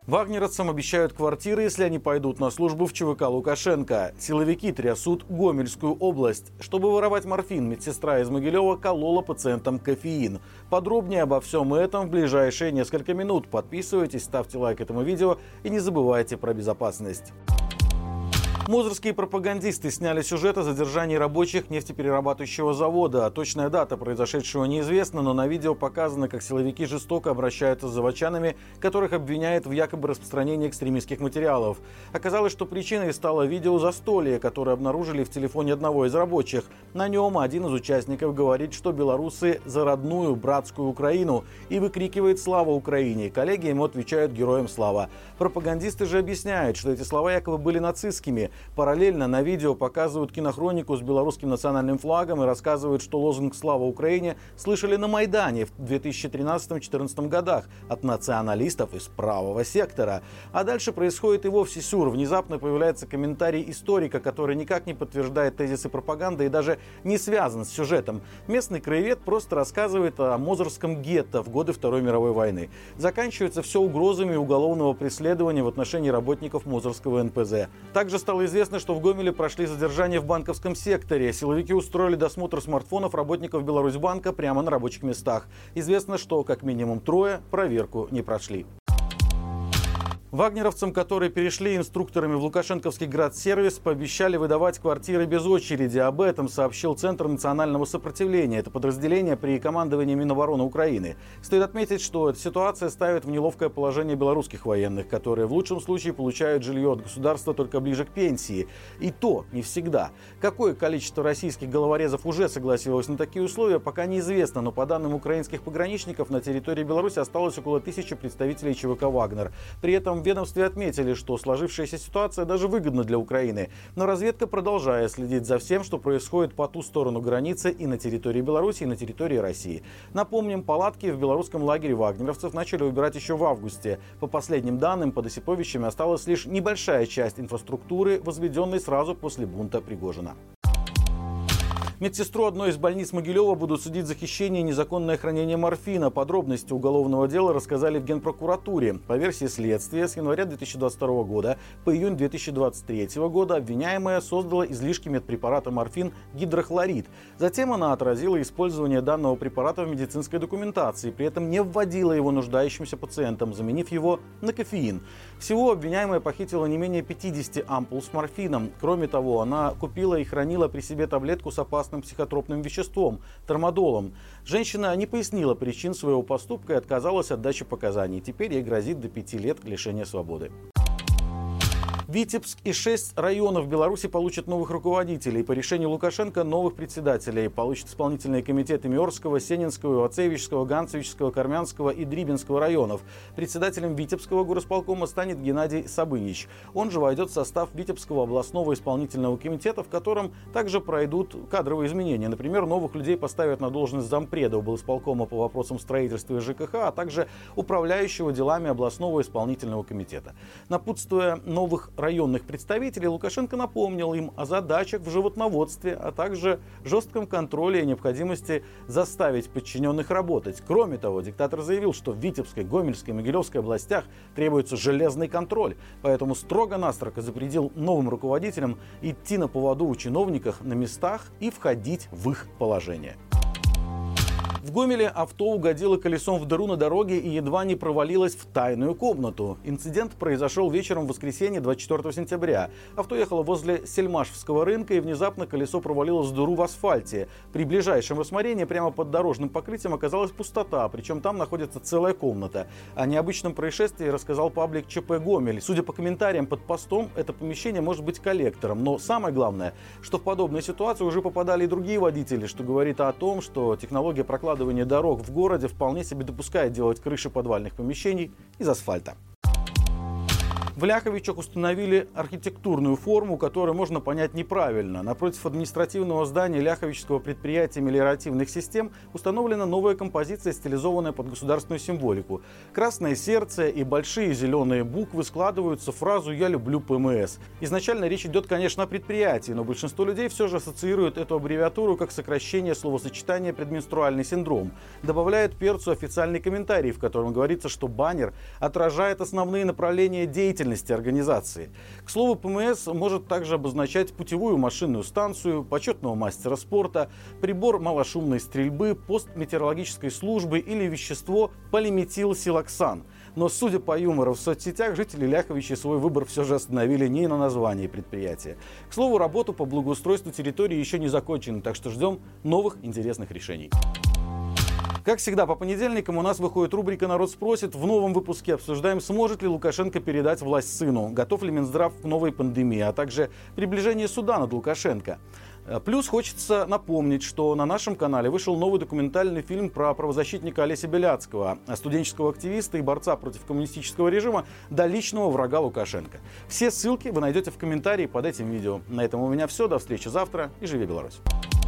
Вагнеровцам обещают квартиры, если они пойдут на службу в ЧВК Лукашенко. Силовики трясут Гомельскую область. Чтобы воровать морфин, медсестра из Могилева колола пациентам кофеин. Подробнее обо всем этом в ближайшие несколько минут. Подписывайтесь, ставьте лайк этому видео и не забывайте про безопасность. Мозырские пропагандисты сняли сюжет о задержании рабочих нефтеперерабатывающего завода. Точная дата произошедшего неизвестна, но на видео показано, как силовики жестоко обращаются с заводчанами, которых обвиняют в якобы распространении экстремистских материалов. Оказалось, что причиной стало видео застолья, которое обнаружили в телефоне одного из рабочих. На нем один из участников говорит, что белорусы за родную братскую Украину и выкрикивает «Слава Украине!». Коллеги ему отвечают «Героям слава!». Пропагандисты же объясняют, что эти слова якобы были нацистскими. Параллельно на видео показывают кинохронику с белорусским национальным флагом и рассказывают, что лозунг «Слава Украине» слышали на Майдане в 2013-2014 годах от националистов из правого сектора. А дальше происходит и вовсе сюр. Внезапно появляется комментарий историка, который никак не подтверждает тезисы пропаганды и даже не связан с сюжетом. Местный краевед просто рассказывает о Мозырском гетто в годы Второй мировой войны. Заканчивается все угрозами уголовного преследования в отношении работников Мозырского НПЗ. Также стало известно, что в Гомеле прошли задержания в банковском секторе. Силовики устроили досмотр смартфонов работников Беларусьбанка прямо на рабочих местах. Известно, что как минимум 3 проверку не прошли. Вагнеровцам, которые перешли инструкторами в Лукашенковский градсервис, пообещали выдавать квартиры без очереди. Об этом сообщил Центр национального сопротивления. Это подразделение при командовании Минобороны Украины. Стоит отметить, что эта ситуация ставит в неловкое положение белорусских военных, которые в лучшем случае получают жилье от государства только ближе к пенсии. И то не всегда. Какое количество российских головорезов уже согласилось на такие условия, пока неизвестно. Но по данным украинских пограничников, на территории Беларуси осталось около 1000 представителей ЧВК «Вагнер». При этом в ведомстве отметили, что сложившаяся ситуация даже выгодна для Украины. Но разведка продолжает следить за всем, что происходит по ту сторону границы и на территории Беларуси, и на территории России. Напомним, палатки в белорусском лагере вагнеровцев начали убирать еще в августе. По последним данным, под Осиповичами осталась лишь небольшая часть инфраструктуры, возведенной сразу после бунта Пригожина. Медсестру одной из больниц Могилева будут судить за хищение и незаконное хранение морфина. Подробности уголовного дела рассказали в Генпрокуратуре. По версии следствия, с января 2022 года по июнь 2023 года обвиняемая создала излишки медпрепарата морфин гидрохлорид. Затем она отразила использование данного препарата в медицинской документации, при этом не вводила его нуждающимся пациентам, заменив его на кофеин. Всего обвиняемая похитила не менее 50 ампул с морфином. Кроме того, она купила и хранила при себе таблетку с опасным психотропным веществом – тормодолом. Женщина не пояснила причин своего поступка и отказалась от дачи показаний. Теперь ей грозит до 5 лет лишения свободы. Витебск и 6 районов Беларуси получат новых руководителей. По решению Лукашенко новых председателей получат исполнительные комитеты Миорского, Сенинского, Ивацевичского, Ганцевичского, Кармянского и Дрибинского районов. Председателем Витебского горосполкома станет Геннадий Сабынич. Он же войдет в состав Витебского областного исполнительного комитета, в котором также пройдут кадровые изменения. Например, новых людей поставят на должность зампреда облсполкома по вопросам строительства и ЖКХ, а также управляющего делами областного исполнительного комитета. Напутствуя новых районных представителей, Лукашенко напомнил им о задачах в животноводстве, а также жестком контроле и необходимости заставить подчиненных работать. Кроме того, диктатор заявил, что в Витебской, Гомельской и Могилевской областях требуется железный контроль, поэтому строго-настрого запретил новым руководителям идти на поводу у чиновников на местах и входить в их положение. В Гомеле авто угодило колесом в дыру на дороге и едва не провалилось в тайную комнату. Инцидент произошел вечером в воскресенье 24 сентября. Авто ехало возле Сельмашевского рынка и внезапно колесо провалилось в дыру в асфальте. При ближайшем рассмотрении прямо под дорожным покрытием оказалась пустота, причем там находится целая комната. О необычном происшествии рассказал паблик ЧП Гомель. Судя по комментариям под постом, это помещение может быть коллектором. Но самое главное, что в подобные ситуации уже попадали и другие водители, что говорит о том, что технология прокладывания дорог в городе вполне себе допускает делать крыши подвальных помещений из асфальта. В Ляховичах установили архитектурную форму, которую можно понять неправильно. Напротив административного здания Ляховичского предприятия мелиоративных систем установлена новая композиция, стилизованная под государственную символику. Красное сердце и большие зеленые буквы складываются в фразу «Я люблю ПМС». Изначально речь идет, конечно, о предприятии, но большинство людей все же ассоциируют эту аббревиатуру как сокращение словосочетания «предменструальный синдром». Добавляет перцу официальный комментарий, в котором говорится, что баннер отражает основные направления деятельности организации. К слову, ПМС может также обозначать путевую машинную станцию, почетного мастера спорта, прибор малошумной стрельбы, пост метеорологической службы или вещество полиметилсилоксан. Но, судя по юмору в соцсетях, жители Ляховичей свой выбор все же остановили не на названии предприятия. К слову, работу по благоустройству территории еще не закончена, так что ждем новых интересных решений. Как всегда, по понедельникам у нас выходит рубрика «Народ спросит». В новом выпуске обсуждаем, сможет ли Лукашенко передать власть сыну, готов ли Минздрав к новой пандемии, а также приближение суда над Лукашенко. Плюс хочется напомнить, что на нашем канале вышел новый документальный фильм про правозащитника Олеся Беляцкого, студенческого активиста и борца против коммунистического режима до личного врага Лукашенко. Все ссылки вы найдете в комментарии под этим видео. На этом у меня все. До встречи завтра и живи Беларусь!